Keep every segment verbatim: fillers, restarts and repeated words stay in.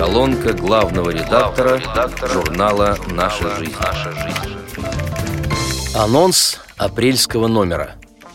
Колонка главного редактора, редактора журнала «Наша жизнь». Анонс апрельского номера.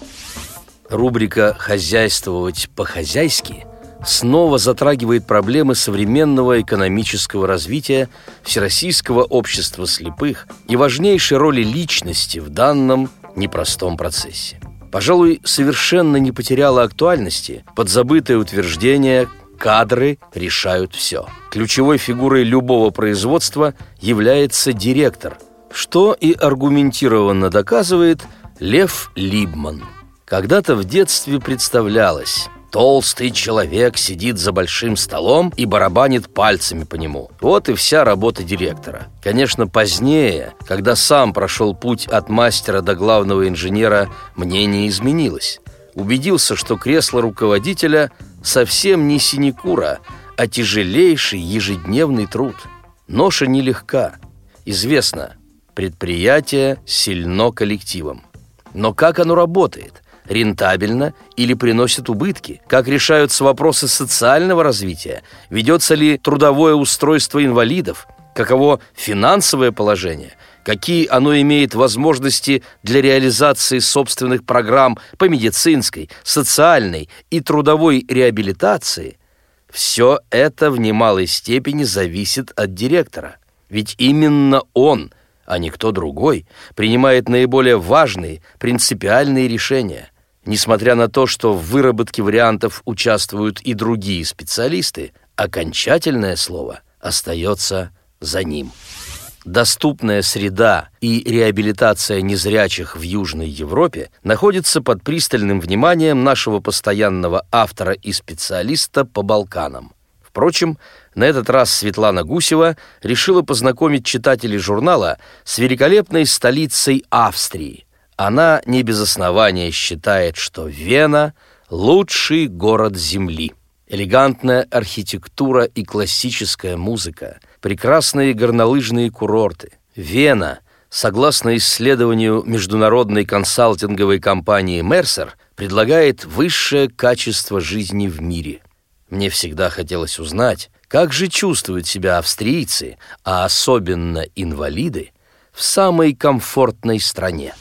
Рубрика «Хозяйствовать по-хозяйски» снова затрагивает проблемы современного экономического развития Всероссийского общества слепых и важнейшей роли личности в данном непростом процессе. Пожалуй, совершенно не потеряло актуальности подзабытое утверждение «кадры решают все». Ключевой фигурой любого производства является директор, что и аргументированно доказывает Лев Либман. Когда-то в детстве представлялось: толстый человек сидит за большим столом и барабанит пальцами по нему. Вот и вся работа директора. Конечно, позднее, когда сам прошел путь от мастера до главного инженера, мнение изменилось. Убедился, что кресло руководителя совсем не синекура, а тяжелейший ежедневный труд. Ноша нелегка. Известно, предприятие сильно коллективом. Но как оно работает? Рентабельно или приносит убытки? Как решаются вопросы социального развития? Ведется ли трудовое устройство инвалидов? Каково финансовое положение? Какие оно имеет возможности для реализации собственных программ по медицинской, социальной и трудовой реабилитации? Все это в немалой степени зависит от директора. Ведь именно он, а не кто другой, принимает наиболее важные, принципиальные решения. Несмотря на то, что в выработке вариантов участвуют и другие специалисты, окончательное слово остается за ним. Доступная среда и реабилитация незрячих в Южной Европе находится под пристальным вниманием нашего постоянного автора и специалиста по Балканам. Впрочем, на этот раз Светлана Гусева решила познакомить читателей журнала с великолепной столицей Австрии. Она не без основания считает, что Вена – лучший город Земли. Элегантная архитектура и классическая музыка, прекрасные горнолыжные курорты. Вена, согласно исследованию международной консалтинговой компании Mercer, предлагает высшее качество жизни в мире. Мне всегда хотелось узнать, как же чувствуют себя австрийцы, а особенно инвалиды, в самой комфортной стране.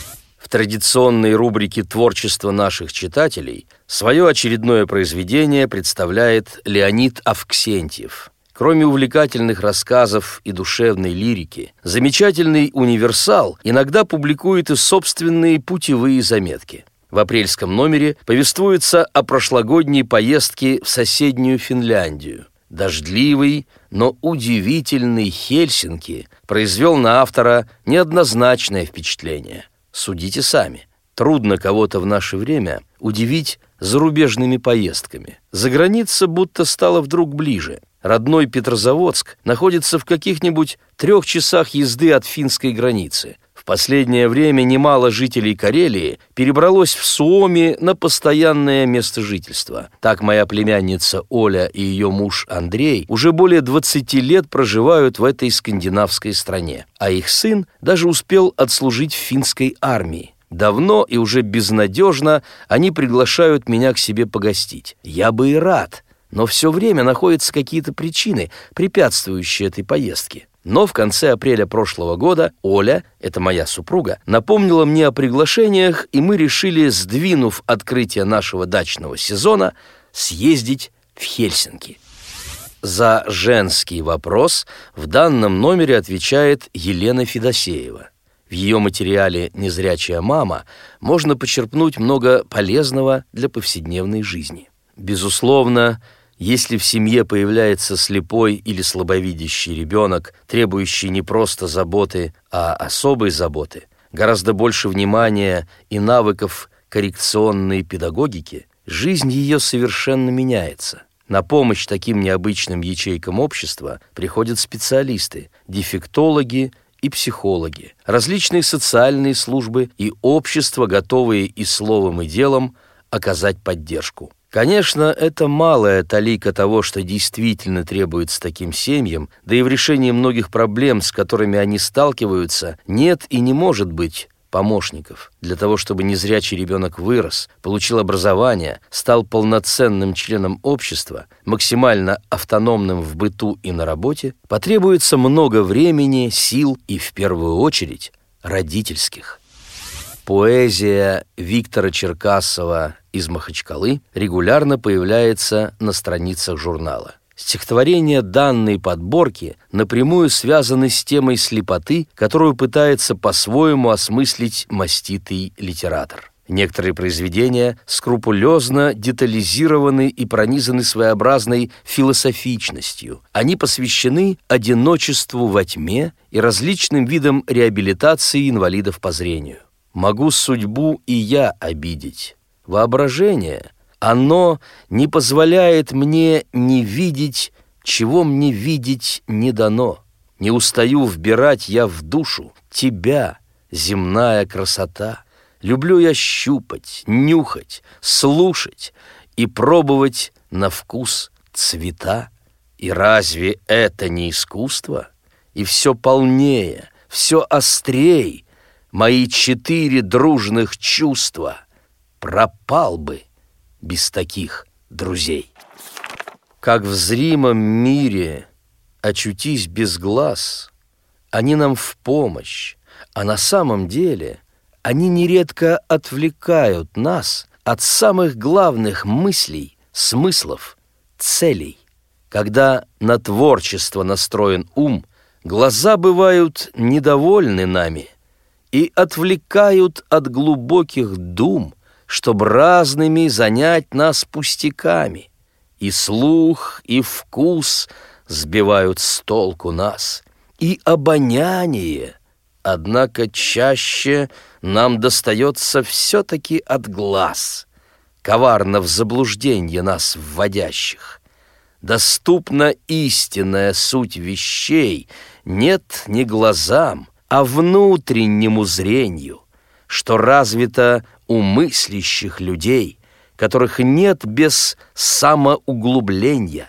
В традиционной рубрике «Творчество наших читателей» свое очередное произведение представляет Леонид Авксентьев. Кроме увлекательных рассказов и душевной лирики, замечательный универсал иногда публикует и собственные путевые заметки. В апрельском номере повествуется о прошлогодней поездке в соседнюю Финляндию. Дождливый, но удивительный Хельсинки произвел на автора неоднозначное впечатление. Судите сами. Трудно кого-то в наше время удивить зарубежными поездками. Заграница будто стала вдруг ближе. Родной Петрозаводск находится в каких-нибудь трех часах езды от финской границы. В последнее время немало жителей Карелии перебралось в Суоми на постоянное место жительства. Так моя племянница Оля и ее муж Андрей уже более двадцати лет проживают в этой скандинавской стране, а их сын даже успел отслужить в финской армии. Давно и уже безнадежно они приглашают меня к себе погостить. Я бы и рад, но все время находятся какие-то причины, препятствующие этой поездке. Но в конце апреля прошлого года Оля, это моя супруга, напомнила мне о приглашениях, и мы решили, сдвинув открытие нашего дачного сезона, съездить в Хельсинки. За женский вопрос в данном номере отвечает Елена Федосеева. В ее материале «Незрячая мама» можно почерпнуть много полезного для повседневной жизни. Безусловно, если в семье появляется слепой или слабовидящий ребенок, требующий не просто заботы, а особой заботы, гораздо больше внимания и навыков коррекционной педагогики, жизнь ее совершенно меняется. На помощь таким необычным ячейкам общества приходят специалисты, дефектологи и психологи, различные социальные службы и общества, готовые и словом, и делом оказать поддержку. Конечно, это малая талика того, что действительно требуется таким семьям, да и в решении многих проблем, с которыми они сталкиваются, нет и не может быть помощников для того, чтобы незрячий ребенок вырос, получил образование, стал полноценным членом общества, максимально автономным в быту и на работе, потребуется много времени, сил и, в первую очередь, родительских. Поэзия Виктора Черкасова из Махачкалы регулярно появляется на страницах журнала. Стихотворения данной подборки напрямую связаны с темой слепоты, которую пытается по-своему осмыслить маститый литератор. Некоторые произведения скрупулезно детализированы и пронизаны своеобразной философичностью. Они посвящены одиночеству во тьме и различным видам реабилитации инвалидов по зрению. «Могу судьбу и я обидеть. Воображение, оно не позволяет мне не видеть, чего мне видеть не дано. Не устаю вбирать я в душу тебя, земная красота. Люблю я щупать, нюхать, слушать и пробовать на вкус цвета. И разве это не искусство? И все полнее, все острей мои четыре дружных чувства. Пропал бы без таких друзей. Как в зримом мире очутись без глаз, они нам в помощь, а на самом деле они нередко отвлекают нас от самых главных мыслей, смыслов, целей. Когда на творчество настроен ум, глаза бывают недовольны нами и отвлекают от глубоких дум, чтоб разными занять нас пустяками. И слух, и вкус сбивают с толку нас, и обоняние. Однако чаще нам достается все-таки от глаз, коварно в заблужденье нас вводящих. Доступна истинная суть вещей нет не глазам, а внутреннему зрению, что развито у мыслящих людей, которых нет без самоуглубления.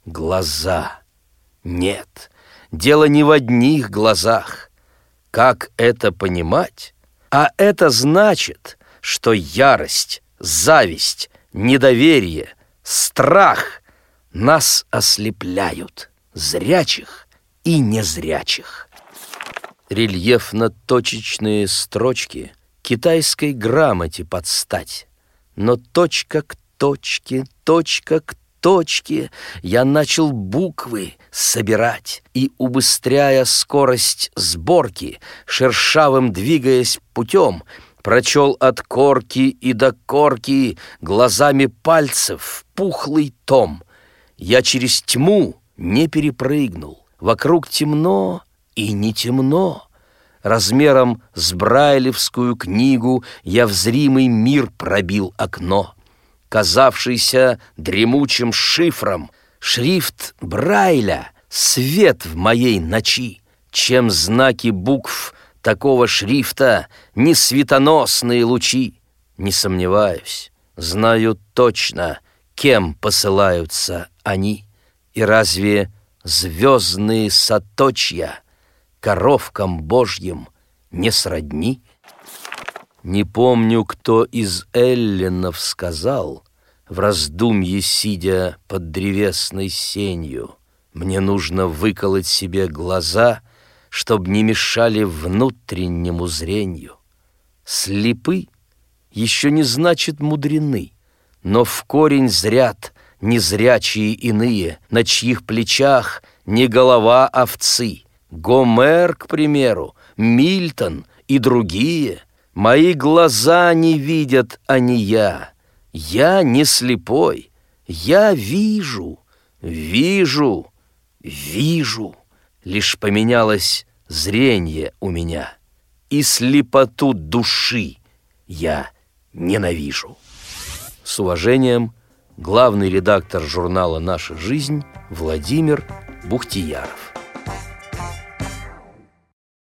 Глаза. Нет, дело не в одних глазах. Как это понимать? А это значит, что ярость, зависть, недоверие, страх нас ослепляют, зрячих и незрячих. Рельефно-точечные строчки китайской грамоте под стать. Но точка к точке, точка к точке я начал буквы собирать и, убыстряя скорость сборки, шершавым двигаясь путем, прочел от корки и до корки глазами пальцев пухлый том. Я через тьму не перепрыгнул, вокруг темно и не темно. Размером с брайлевскую книгу я в зримый мир пробил окно. Казавшийся дремучим шифром, шрифт Брайля — свет в моей ночи, чем знаки букв такого шрифта не светоносные лучи. Не сомневаюсь, знаю точно, кем посылаются они. И разве звездные соточья коровкам божьим не сродни? Не помню, кто из эллинов сказал, в раздумье сидя под древесной сенью: мне нужно выколоть себе глаза, чтоб не мешали внутреннему зрению. Слепы еще не значит мудрены, но в корень зрят незрячие иные, на чьих плечах не голова овцы. Гомер, к примеру, Мильтон и другие. Мои глаза не видят, а не я. Я не слепой, я вижу, вижу, вижу. Лишь поменялось зрение у меня, и слепоту души я ненавижу. С уважением, главный редактор журнала «Наша жизнь» Владимир Бухтияров.